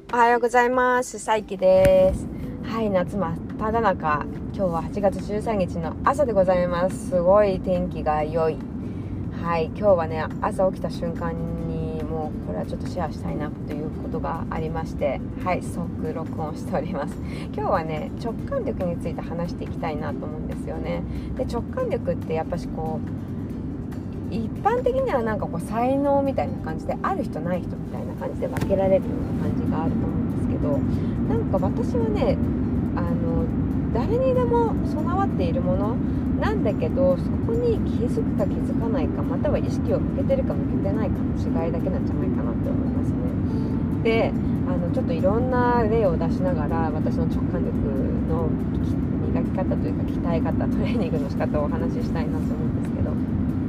おはようございます。さいきです。はい、夏真っただ中、今日は8月13日の朝でございます。すごい天気が良い。はい、今日はね、朝起きた瞬間にもうこれはちょっとシェアしたいなということがありまして、はい、即録音しております。今日はね、直感力について話していきたいなと思うんですよね。で、直感力ってやっぱし一般的にはなんか才能みたいな感じである人ない人みたいな感じで分けられるような感じがあると思うんですけど、なんか私はね、誰にでも備わっているものなんだけど、そこに気づくか気づかないか、または意識を向けてるか向けてないかの違いだけなんじゃないかなって思いますね。で、ちょっといろんな例を出しながら私の直感力の磨き方というか鍛え方、トレーニングの仕方をお話ししたいなと思うんですけど、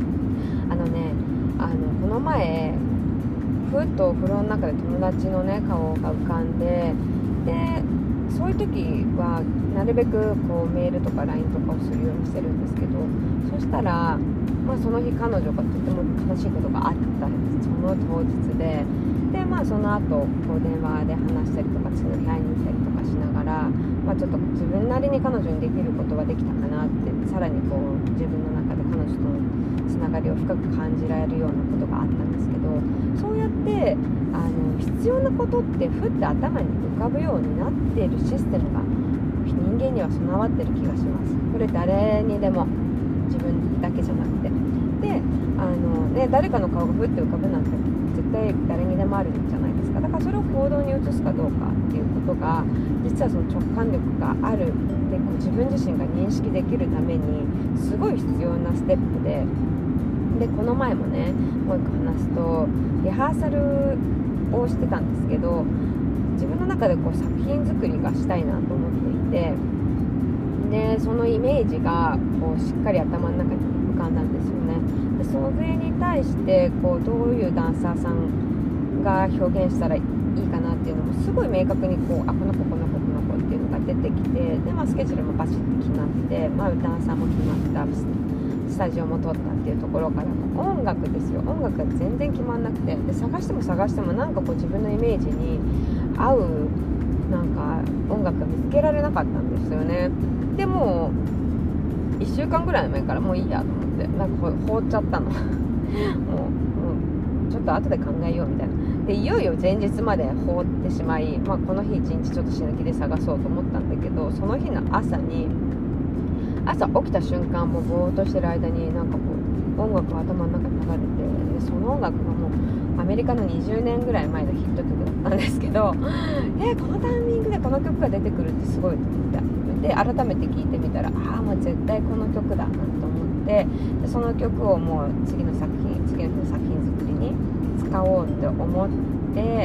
この前ふっとお風呂の中で友達のね顔が浮かんで、そういう時はなるべくメールとか LINE とかをするようにしてるんですけど、そしたら、その日彼女がとても悲しいことがあったんです。その当日で、その後電話で話したりとか次の部屋に行ったりとかしながら、ちょっと自分なりに彼女にできることはできたかなって、さらに自分の中で彼女とのつながりを深く感じられるようなことがあったんですけど、そうやって必要なことってふって頭に浮かぶようになっているシステムが人間には備わってる気がします。これ誰にでも、自分だけじゃなくて、で誰かの顔がふって浮かぶなんて絶対誰にでもあるんじゃないですか。だからそれを行動に移すかどうかっていうことが、実はその直感力があるで自分自身が認識できるためにすごい必要なステップで、この前もね、もう一個話すと、リハーサルをしてたんですけど、自分の中で作品作りがしたいなと思っていて、でそのイメージがしっかり頭の中に浮かんだんですよね。でその上に対してどういうダンサーさんが表現したらいいかなっていうのもすごい明確にこの子っていうのが出てきて、で、スケジュールもバシッと決まって、ダンサーも決まった、スタジオも撮ったっていうところから、音楽ですよ。音楽が全然決まんなくて、で探してもなんか自分のイメージに合うなんか音楽が見つけられなかったんですよね。でも1週間ぐらい前からもういいやと思ってなんか放っちゃったのもうちょっと後で考えようみたいな。でいよいよ前日まで放ってしまい、この日一日ちょっと死ぬ気で探そうと思ったんだけど、その日の朝起きた瞬間、もうぼーっとしてる間になんか音楽が頭の中に流れて、でその音楽がもうアメリカの20年ぐらい前のヒット曲だったんですけど、このタイミングでこの曲が出てくるってすごいと思って、で改めて聴いてみたら、もう絶対この曲だなと思って、でその曲をもう次の日の作品作りに使おうって思って、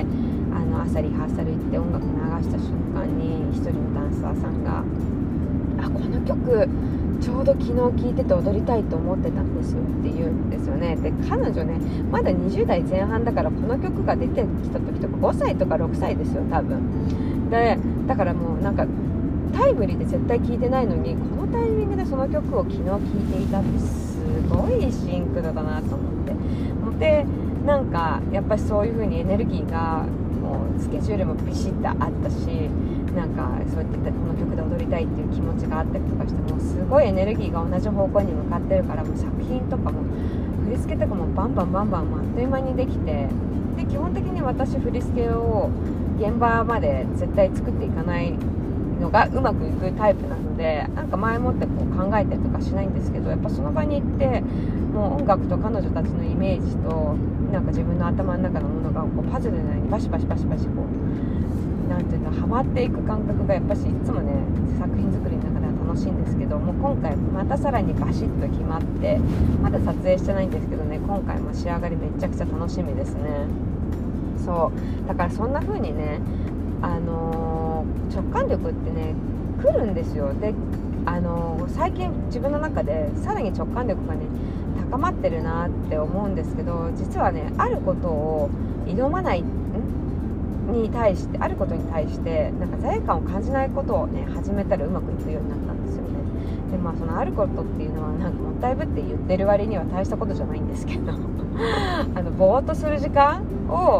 朝リハーサル行って音楽流した瞬間に一人のダンサーさんが、この曲ちょうど昨日聴いてて踊りたいと思ってたんですよって言うんですよね。で彼女ね、まだ20代前半だから、この曲が出てきた時とか5歳とか6歳ですよ多分。でだからもうなんかタイムリーで絶対聴いてないのに、このタイミングでその曲を昨日聴いていたってすごいシンクロだなと思って、でなんかやっぱりそういう風にエネルギーがもうスケジュールもビシッとあったし、なんかそうやってこの曲で踊りたいっていう気持ちがあったりとかして、もうすごいエネルギーが同じ方向に向かってるから、もう作品とかも振り付けとかもバンバンあっという間にできて、で基本的に私振り付けを現場まで絶対作っていかないのがうまくいくタイプなので、なんか前もって考えたりとかしないんですけど、やっぱその場に行ってもう音楽と彼女たちのイメージとなんか自分の頭の中のものがパズルのようにバシバシなんていうのハマっていく感覚がやっぱしいつもね、作品作りの中では楽しいんですけど、もう今回またさらにバシッと決まって、まだ撮影してないんですけどね、今回も仕上がりめちゃくちゃ楽しみですね。そうだからそんな風にね、直感力ってね来るんですよ。で最近自分の中でさらに直感力がね高まってるなって思うんですけど、実はねあることを挑まないあることに対してなんか罪悪感を感じないことをね始めたらうまくいくようになったんですよね。でそのあることっていうのはなんかもったいぶって言ってる割には大したことじゃないんですけどぼーっとする時間を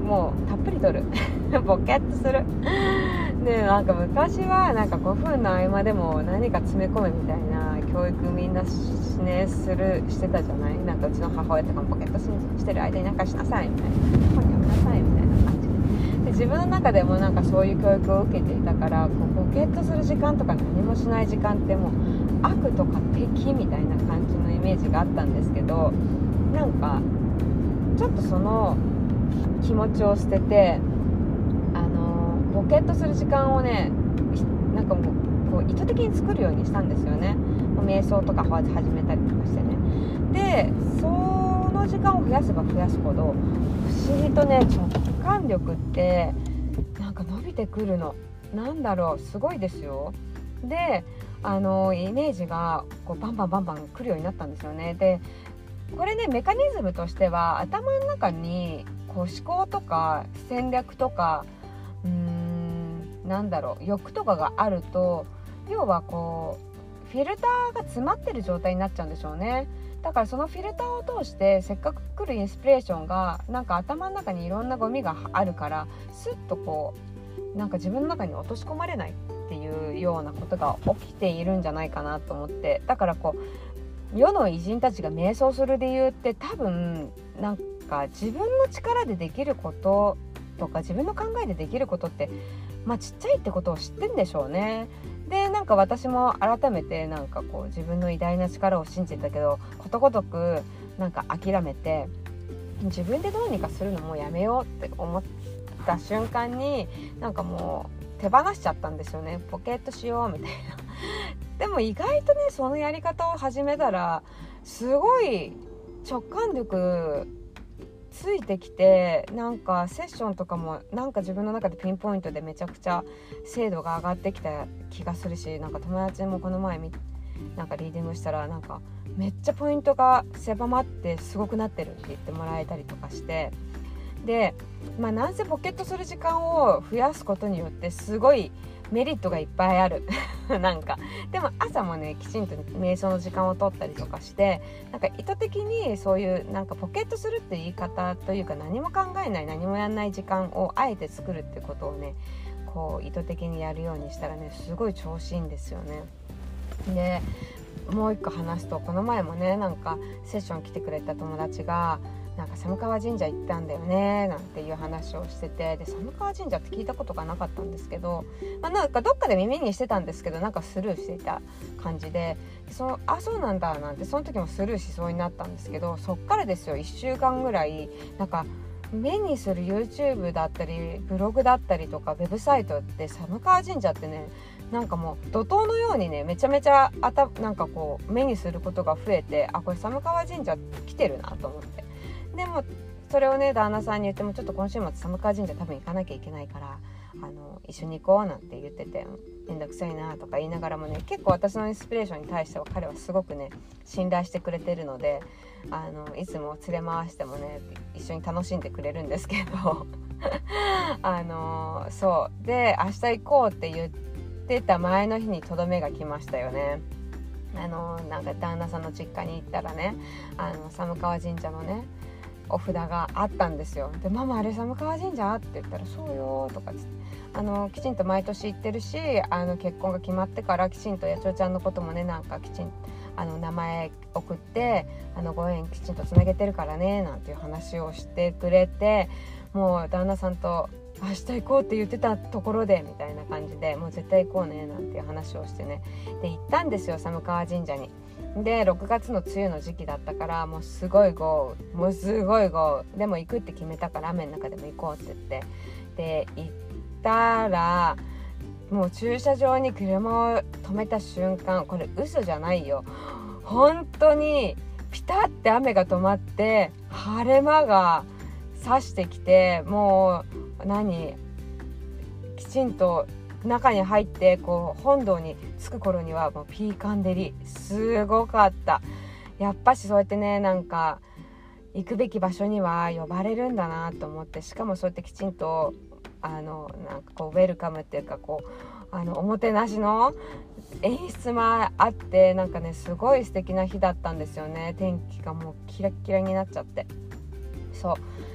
もうたっぷり撮るボケっとするで、なんか昔はなんか5分の合間でも何か詰め込むみたいな教育みんなしてたじゃない。なんかうちの母親とかもボケっとしてる間になんかしなさいみたいな、ここにやめなさいみたいな感じで、自分の中でもなんかそういう教育を受けていたから、こうボケっとする時間とか何もしない時間ってもう悪とか敵みたいな感じのイメージがあったんですけど、なんかちょっとその気持ちを捨てて、ボケっとする時間をね、なんかもうこう意図的に作るようにしたんですよね。瞑想とか始めたりとかしてね。でその時間を増やせば増やすほど不思議とね、直感力ってなんか伸びてくるの。なんだろう、すごいですよ。でイメージがこうバンバン来るようになったんですよね。でこれね、メカニズムとしては頭の中にこう思考とか戦略とかなんだろう、欲とかがあると、要はこうフィルターが詰まってる状態になっちゃうんでしょうね。だからそのフィルターを通してせっかく来るインスピレーションがなんか頭の中にいろんなゴミがあるから、スッとこうなんか自分の中に落とし込まれないっていうようなことが起きているんじゃないかなと思って、だからこう世の偉人たちが瞑想する理由って多分なんか自分の力でできることとか自分の考えでできることってちっちゃいってことを知ってんでしょうね。でなんか私も改めてなんかこう自分の偉大な力を信じてたけど、ことごとくなんか諦めて自分でどうにかするのもやめようって思った瞬間になんかもう手放しちゃったんですよね。ポケットしようみたいなでも意外とね、そのやり方を始めたらすごい直感力ついてきて、なんかセッションとかもなんか自分の中でピンポイントでめちゃくちゃ精度が上がってきた気がするし、なんか友達もこの前なんかリーディングしたらなんかめっちゃポイントが狭まってすごくなってるって言ってもらえたりとかして、でなんせボケっとする時間を増やすことによってすごいメリットがいっぱいあるなんかでも朝もねきちんと瞑想の時間を取ったりとかして、なんか意図的にそういうなんかポケットするって言い方というか、何も考えない何もやんない時間をあえて作るってことをね、こう意図的にやるようにしたらね、すごい調子いいんですよね。でもう一個話すと、この前もねなんかセッション来てくれた友達がなんか寒川神社行ったんだよねなんていう話をしてて、で寒川神社って聞いたことがなかったんですけど、なんかどっかで耳にしてたんですけど、なんかスルーしていた感じで、そうなんだなんてその時もスルーしそうになったんですけど、そっからですよ1週間ぐらいなんか目にする YouTube だったりブログだったりとかウェブサイトって寒川神社ってね、なんかもう怒涛のようにねめちゃめちゃなんかこう目にすることが増えて、これ寒川神社来てるなと思って、でもそれをね旦那さんに言っても、ちょっと今週末寒川神社多分行かなきゃいけないから一緒に行こうなんて言ってて、めんどくさいなとか言いながらもね、結構私のインスピレーションに対しては彼はすごくね信頼してくれてるので、いつも連れ回してもね一緒に楽しんでくれるんですけどそうで明日行こうって言ってた前の日にとどめが来ましたよね。なんか旦那さんの実家に行ったらね、寒川神社のねお札があったんですよ。でママあれ寒川神社って言ったら、そうよとかきちんと毎年行ってるし、結婚が決まってからきちんとやちょちゃんのこともねなんかきちん名前送ってご縁きちんとつなげてるからねなんていう話をしてくれて、もう旦那さんと明日行こうって言ってたところでみたいな感じで、もう絶対行こうねなんていう話をしてね、で行ったんですよ寒川神社に。で6月の梅雨の時期だったから、もうすごい豪雨、もうすごい豪雨でも行くって決めたから雨の中でも行こうって言って、で行ったらもう駐車場に車を止めた瞬間、これ嘘じゃないよ、本当にピタッて雨が止まって晴れ間が差してきて、もうきちんと中に入ってこう本堂に着く頃にはもうピーカン照り、すごかった。やっぱしそうやってねなんか行くべき場所には呼ばれるんだなと思って、しかもそうやってきちんとなんかこうウェルカムっていうかこうおもてなしの演出もあって、なんかねすごい素敵な日だったんですよね。天気がもうキラッキラになっちゃって、そう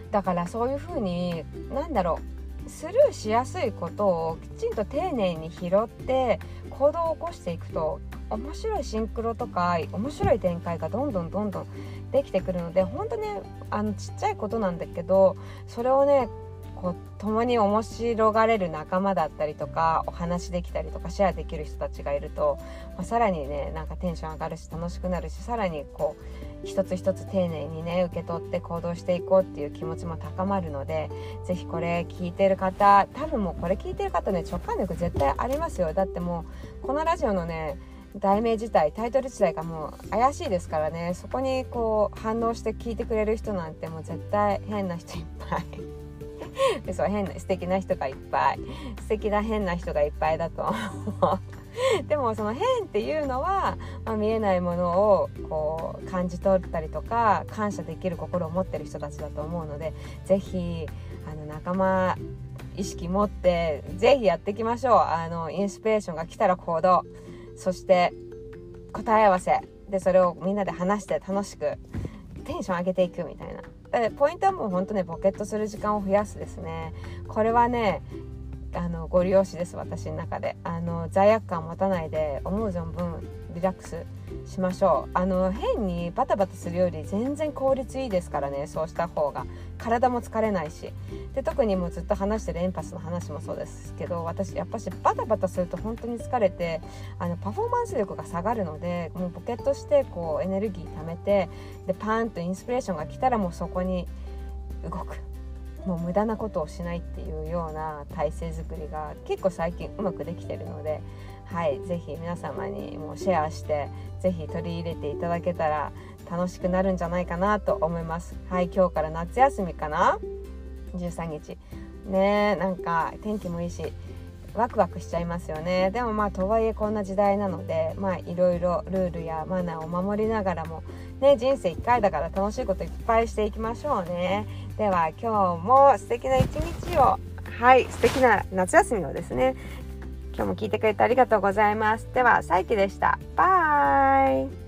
だからそういう風にスルーしやすいことをきちんと丁寧に拾って行動を起こしていくと、面白いシンクロとか面白い展開がどんどんできてくるので、本当ねちっちゃいことなんだけど、それをねこう共に面白がれる仲間だったりとか、お話できたりとかシェアできる人たちがいると、さらにねテンション上がるし楽しくなるし、さらにこう一つ一つ丁寧にね受け取って行動していこうっていう気持ちも高まるので、ぜひこれ聞いてる方、多分もうこれ聞いてる方ね直感力絶対ありますよ。だってもうこのラジオのね題名自体、タイトル自体がもう怪しいですからね。そこにこう反応して聞いてくれる人なんてもう絶対変な人いっぱいそう素敵な人がいっぱい、素敵な変な人がいっぱいだと思うでもその変っていうのは、見えないものをこう感じ取ったりとか感謝できる心を持ってる人たちだと思うので、ぜひ仲間意識持ってぜひやっていきましょう。インスピレーションが来たら行動、そして答え合わせでそれをみんなで話して楽しくテンション上げていくみたいな。ポイントはもう本当ねボケっとする時間を増やすですね。これはねご利用しです。私の中で罪悪感を持たないで思う存分リラックスしましょう。変にバタバタするより全然効率いいですからね。そうした方が体も疲れないし、で特にもうずっと話してるエンパスの話もそうですけど、私やっぱしバタバタすると本当に疲れてパフォーマンス力が下がるので、もうボケっとしてこうエネルギー貯めて、でパーンとインスピレーションが来たらもうそこに動く、もう無駄なことをしないっていうような体制作りが結構最近うまくできてるので、ぜひ皆様にもうシェアしてぜひ取り入れていただけたら楽しくなるんじゃないかなと思います。今日から夏休みかな、13日ね、天気もいいしワクワクしちゃいますよね。でもとはいえこんな時代なので、いろいろルールやマナーを守りながらもね、人生1回だから楽しいこといっぱいしていきましょうね。では今日も素敵な一日を、素敵な夏休みをですね、今日も聞いてくれてありがとうございます。では、さいきでした。バイ。